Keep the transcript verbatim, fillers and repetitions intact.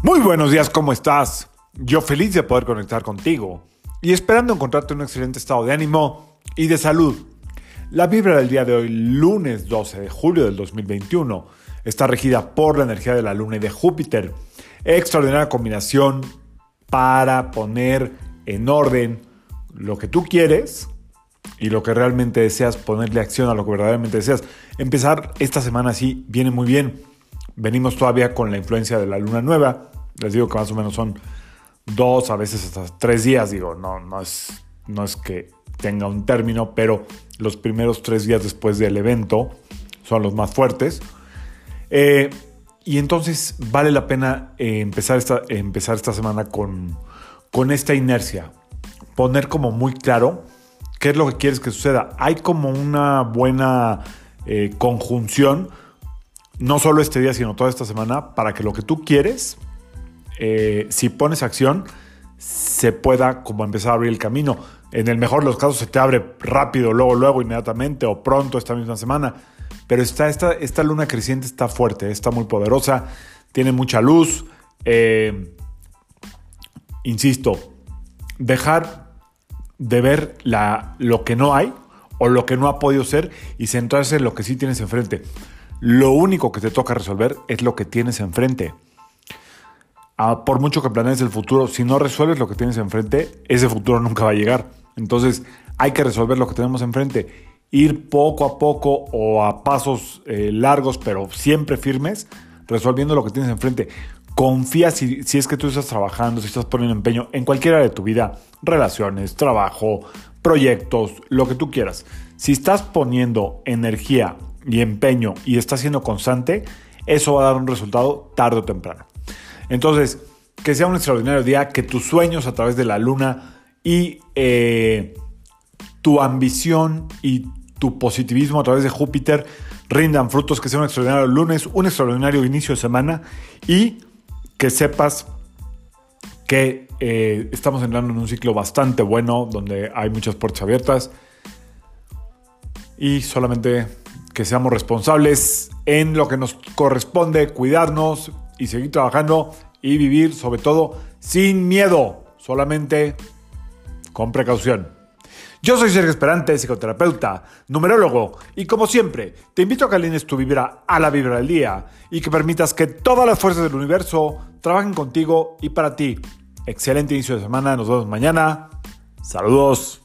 Muy buenos días, ¿cómo estás? Yo feliz de poder conectar contigo y esperando encontrarte en un excelente estado de ánimo y de salud. La vibra del día de hoy, lunes doce de julio del dos mil veintiuno, está regida por la energía de la Luna y de Júpiter. Extraordinaria combinación para poner en orden lo que tú quieres y lo que realmente deseas, ponerle acción a lo que verdaderamente deseas. Empezar esta semana así viene muy bien. Venimos todavía con la influencia de la luna nueva. Les digo que más o menos son dos, a veces hasta tres días. Digo, no, no, es, no es que tenga un término, pero los primeros tres días después del evento son los más fuertes. Eh, y entonces vale la pena eh, empezar, esta, eh, empezar esta semana con, con esta inercia. Poner como muy claro qué es lo que quieres que suceda. Hay como una buena eh, conjunción, no solo este día, sino toda esta semana, para que lo que tú quieres, eh, si pones acción, se pueda como empezar a abrir el camino. En el mejor de los casos se te abre rápido, luego, luego, inmediatamente o pronto esta misma semana. Pero está, esta, esta luna creciente está fuerte, está muy poderosa, tiene mucha luz. Eh, insisto, dejar de ver la, lo que no hay o lo que no ha podido ser y centrarse en lo que sí tienes enfrente. Lo único que te toca resolver es lo que tienes enfrente. Ah, por mucho que planees el futuro, si no resuelves lo que tienes enfrente, ese futuro nunca va a llegar. Entonces hay que resolver lo que tenemos enfrente. Ir poco a poco o a pasos eh, largos, pero siempre firmes, resolviendo lo que tienes enfrente. Confía si, si es que tú estás trabajando, si estás poniendo empeño en cualquier área de tu vida, relaciones, trabajo, proyectos, lo que tú quieras. Si estás poniendo energía y empeño y estás siendo constante, eso va a dar un resultado tarde o temprano. Entonces, que sea un extraordinario día, que tus sueños a través de la luna y eh, tu ambición y tu positivismo a través de Júpiter rindan frutos, que sea un extraordinario lunes, un extraordinario inicio de semana y que sepas que eh, estamos entrando en un ciclo bastante bueno donde hay muchas puertas abiertas y solamente que seamos responsables en lo que nos corresponde, cuidarnos y seguir trabajando y vivir sobre todo sin miedo, solamente con precaución. Yo soy Sergio Esperante, psicoterapeuta, numerólogo, y como siempre, te invito a que alines tu vibra a la vibra del día y que permitas que todas las fuerzas del universo trabajen contigo y para ti. Excelente inicio de semana, nos vemos mañana. Saludos.